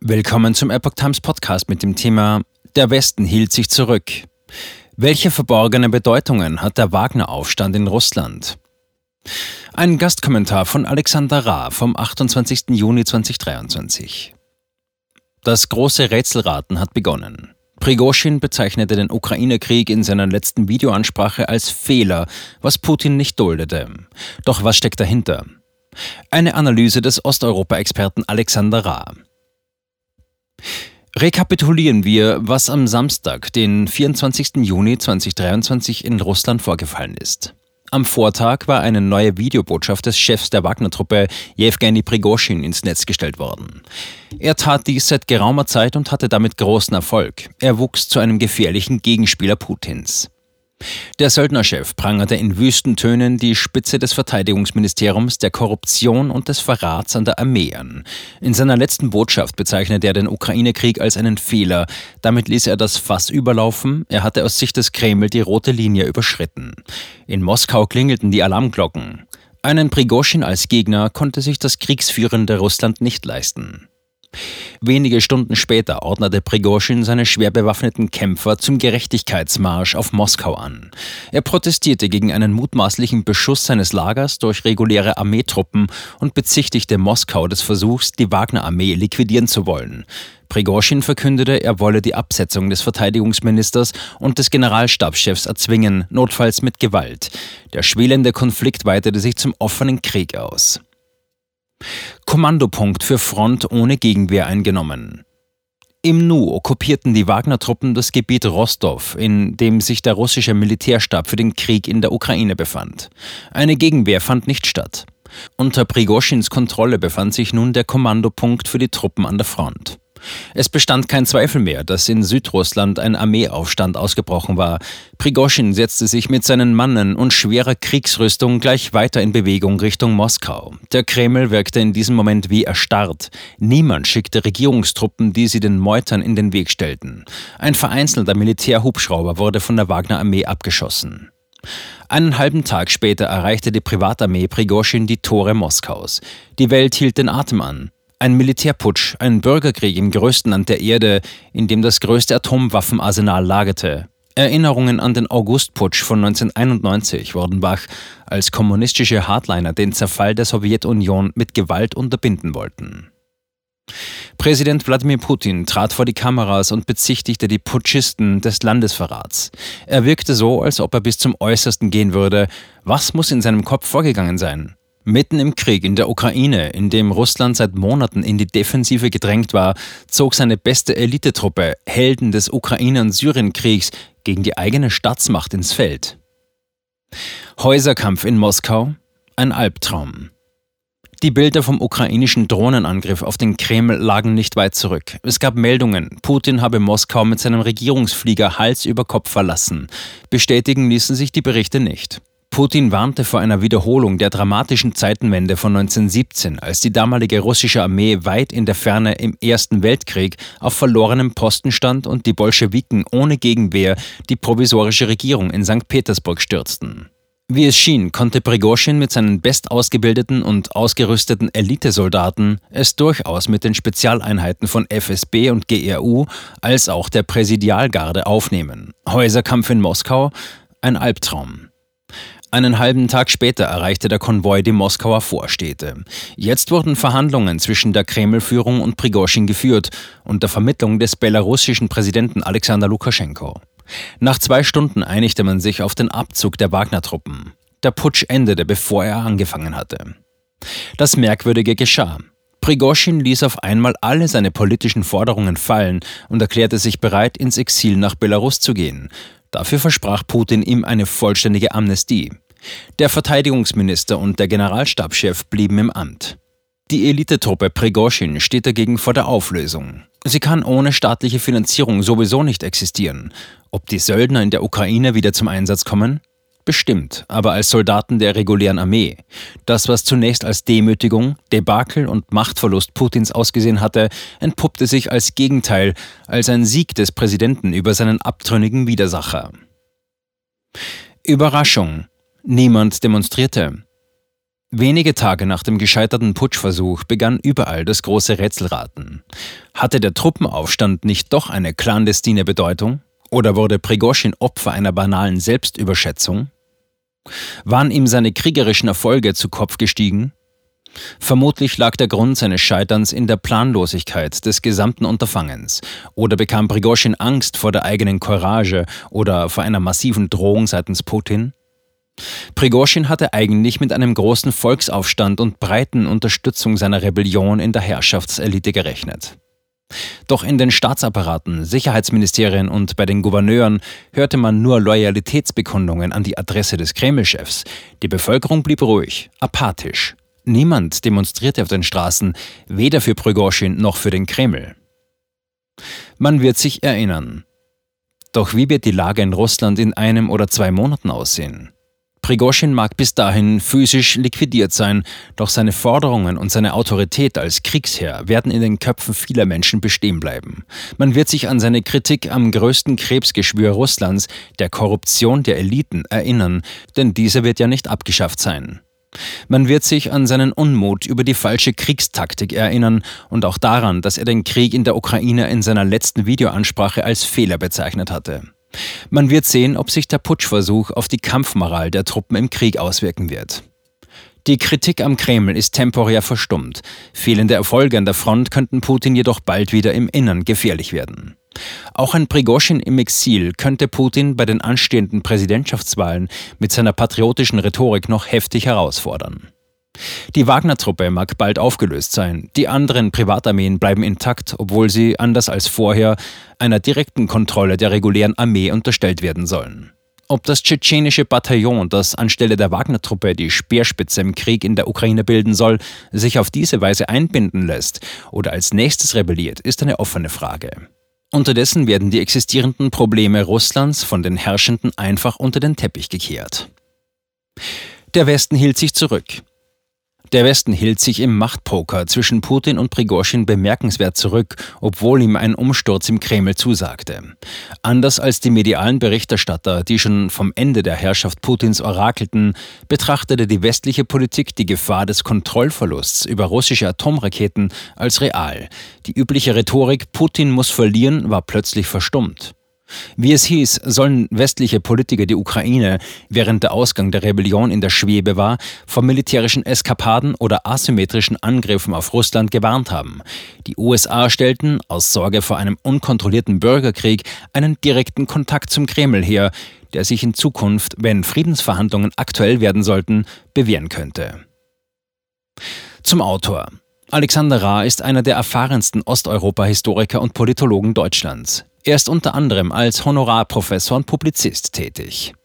Willkommen zum Epoch Times Podcast mit dem Thema Der Westen hielt sich zurück. Welche verborgene Bedeutungen hat der Wagner-Aufstand in Russland? Ein Gastkommentar von Alexander Ra vom 28. Juni 2023. Das große Rätselraten hat begonnen. Prigoschin bezeichnete den Ukraine-Krieg in seiner letzten Videoansprache als Fehler, was Putin nicht duldete. Doch was steckt dahinter? Eine Analyse des Osteuropa-Experten Alexander Ra. Rekapitulieren wir, was am Samstag, den 24. Juni 2023 in Russland vorgefallen ist. Am Vortag war eine neue Videobotschaft des Chefs der Wagner-Truppe, Jewgeni Prigoschin, ins Netz gestellt worden. Er tat dies seit geraumer Zeit und hatte damit großen Erfolg. Er wuchs zu einem gefährlichen Gegenspieler Putins. Der Söldnerchef prangerte in wüsten Tönen die Spitze des Verteidigungsministeriums, der Korruption und des Verrats an der Armee an. In seiner letzten Botschaft bezeichnete er den Ukraine-Krieg als einen Fehler. Damit ließ er das Fass überlaufen. Er hatte aus Sicht des Kreml die rote Linie überschritten. In Moskau klingelten die Alarmglocken. Einen Prigoschin als Gegner konnte sich das kriegsführende Russland nicht leisten. Wenige Stunden später ordnete Prigoschin seine schwer bewaffneten Kämpfer zum Gerechtigkeitsmarsch auf Moskau an. Er protestierte gegen einen mutmaßlichen Beschuss seines Lagers durch reguläre Armeetruppen und bezichtigte Moskau des Versuchs, die Wagner-Armee liquidieren zu wollen. Prigoschin verkündete, er wolle die Absetzung des Verteidigungsministers und des Generalstabschefs erzwingen, notfalls mit Gewalt. Der schwelende Konflikt weitete sich zum offenen Krieg aus. Kommandopunkt für Front ohne Gegenwehr eingenommen. Im Nu okkupierten die Wagner-Truppen das Gebiet Rostow, in dem sich der russische Militärstab für den Krieg in der Ukraine befand. Eine Gegenwehr fand nicht statt. Unter Prigoschins Kontrolle befand sich nun der Kommandopunkt für die Truppen an der Front. Es bestand kein Zweifel mehr, dass in Südrussland ein Armeeaufstand ausgebrochen war. Prigoschin setzte sich mit seinen Mannen und schwerer Kriegsrüstung gleich weiter in Bewegung Richtung Moskau. Der Kreml wirkte in diesem Moment wie erstarrt. Niemand schickte Regierungstruppen, die sie den Meutern in den Weg stellten. Ein vereinzelter Militärhubschrauber wurde von der Wagner-Armee abgeschossen. Einen halben Tag später erreichte die Privatarmee Prigoschin die Tore Moskaus. Die Welt hielt den Atem an. Ein Militärputsch, ein Bürgerkrieg im größten Land der Erde, in dem das größte Atomwaffenarsenal lagerte. Erinnerungen an den Augustputsch von 1991 wurden wach, als kommunistische Hardliner den Zerfall der Sowjetunion mit Gewalt unterbinden wollten. Präsident Wladimir Putin trat vor die Kameras und bezichtigte die Putschisten des Landesverrats. Er wirkte so, als ob er bis zum Äußersten gehen würde. Was muss in seinem Kopf vorgegangen sein? Mitten im Krieg in der Ukraine, in dem Russland seit Monaten in die Defensive gedrängt war, zog seine beste Elitetruppe, Helden des Ukraine- und Syrienkriegs, gegen die eigene Staatsmacht ins Feld. Häuserkampf in Moskau? Ein Albtraum. Die Bilder vom ukrainischen Drohnenangriff auf den Kreml lagen nicht weit zurück. Es gab Meldungen, Putin habe Moskau mit seinem Regierungsflieger Hals über Kopf verlassen. Bestätigen ließen sich die Berichte nicht. Putin warnte vor einer Wiederholung der dramatischen Zeitenwende von 1917, als die damalige russische Armee weit in der Ferne im Ersten Weltkrieg auf verlorenem Posten stand und die Bolschewiken ohne Gegenwehr die provisorische Regierung in St. Petersburg stürzten. Wie es schien, konnte Prigoschin mit seinen bestausgebildeten und ausgerüsteten Elitesoldaten es durchaus mit den Spezialeinheiten von FSB und GRU als auch der Präsidialgarde aufnehmen. Häuserkampf in Moskau? Ein Albtraum. Einen halben Tag später erreichte der Konvoi die Moskauer Vorstädte. Jetzt wurden Verhandlungen zwischen der Kreml-Führung und Prigoschin geführt, unter Vermittlung des belarussischen Präsidenten Alexander Lukaschenko. Nach 2 Stunden einigte man sich auf den Abzug der Wagner-Truppen. Der Putsch endete, bevor er angefangen hatte. Das Merkwürdige geschah. Prigoschin ließ auf einmal alle seine politischen Forderungen fallen und erklärte sich bereit, ins Exil nach Belarus zu gehen. Dafür versprach Putin ihm eine vollständige Amnestie. Der Verteidigungsminister und der Generalstabschef blieben im Amt. Die Elitetruppe Prigoschin steht dagegen vor der Auflösung. Sie kann ohne staatliche Finanzierung sowieso nicht existieren. Ob die Söldner in der Ukraine wieder zum Einsatz kommen? Bestimmt, aber als Soldaten der regulären Armee. Das, was zunächst als Demütigung, Debakel und Machtverlust Putins ausgesehen hatte, entpuppte sich als Gegenteil, als ein Sieg des Präsidenten über seinen abtrünnigen Widersacher. Überraschung. Niemand demonstrierte. Wenige Tage nach dem gescheiterten Putschversuch begann überall das große Rätselraten. Hatte der Truppenaufstand nicht doch eine clandestine Bedeutung? Oder wurde Prigoschin Opfer einer banalen Selbstüberschätzung? Waren ihm seine kriegerischen Erfolge zu Kopf gestiegen? Vermutlich lag der Grund seines Scheiterns in der Planlosigkeit des gesamten Unterfangens. Oder bekam Prigoschin Angst vor der eigenen Courage oder vor einer massiven Drohung seitens Putin? Prigoschin hatte eigentlich mit einem großen Volksaufstand und breiten Unterstützung seiner Rebellion in der Herrschaftselite gerechnet. Doch in den Staatsapparaten, Sicherheitsministerien und bei den Gouverneuren hörte man nur Loyalitätsbekundungen an die Adresse des Kreml-Chefs. Die Bevölkerung blieb ruhig, apathisch. Niemand demonstrierte auf den Straßen, weder für Prigoschin noch für den Kreml. Man wird sich erinnern. Doch wie wird die Lage in Russland in 1 oder 2 Monaten aussehen? Prigoschin mag bis dahin physisch liquidiert sein, doch seine Forderungen und seine Autorität als Kriegsherr werden in den Köpfen vieler Menschen bestehen bleiben. Man wird sich an seine Kritik am größten Krebsgeschwür Russlands, der Korruption der Eliten, erinnern, denn diese wird ja nicht abgeschafft sein. Man wird sich an seinen Unmut über die falsche Kriegstaktik erinnern und auch daran, dass er den Krieg in der Ukraine in seiner letzten Videoansprache als Fehler bezeichnet hatte. Man wird sehen, ob sich der Putschversuch auf die Kampfmoral der Truppen im Krieg auswirken wird. Die Kritik am Kreml ist temporär verstummt. Fehlende Erfolge an der Front könnten Putin jedoch bald wieder im Innern gefährlich werden. Auch ein Prigoschin im Exil könnte Putin bei den anstehenden Präsidentschaftswahlen mit seiner patriotischen Rhetorik noch heftig herausfordern. Die Wagner-Truppe mag bald aufgelöst sein, die anderen Privatarmeen bleiben intakt, obwohl sie, anders als vorher, einer direkten Kontrolle der regulären Armee unterstellt werden sollen. Ob das tschetschenische Bataillon, das anstelle der Wagner-Truppe die Speerspitze im Krieg in der Ukraine bilden soll, sich auf diese Weise einbinden lässt oder als nächstes rebelliert, ist eine offene Frage. Unterdessen werden die existierenden Probleme Russlands von den Herrschenden einfach unter den Teppich gekehrt. Der Westen hielt sich zurück. Der Westen hielt sich im Machtpoker zwischen Putin und Prigoschin bemerkenswert zurück, obwohl ihm ein Umsturz im Kreml zusagte. Anders als die medialen Berichterstatter, die schon vom Ende der Herrschaft Putins orakelten, betrachtete die westliche Politik die Gefahr des Kontrollverlusts über russische Atomraketen als real. Die übliche Rhetorik, Putin muss verlieren, war plötzlich verstummt. Wie es hieß, sollen westliche Politiker die Ukraine, während der Ausgang der Rebellion in der Schwebe war, vor militärischen Eskapaden oder asymmetrischen Angriffen auf Russland gewarnt haben. Die USA stellten, aus Sorge vor einem unkontrollierten Bürgerkrieg, einen direkten Kontakt zum Kreml her, der sich in Zukunft, wenn Friedensverhandlungen aktuell werden sollten, bewähren könnte. Zum Autor. Alexander Ra ist einer der erfahrensten Osteuropa-Historiker und Politologen Deutschlands. Er ist unter anderem als Honorarprofessor und Publizist tätig.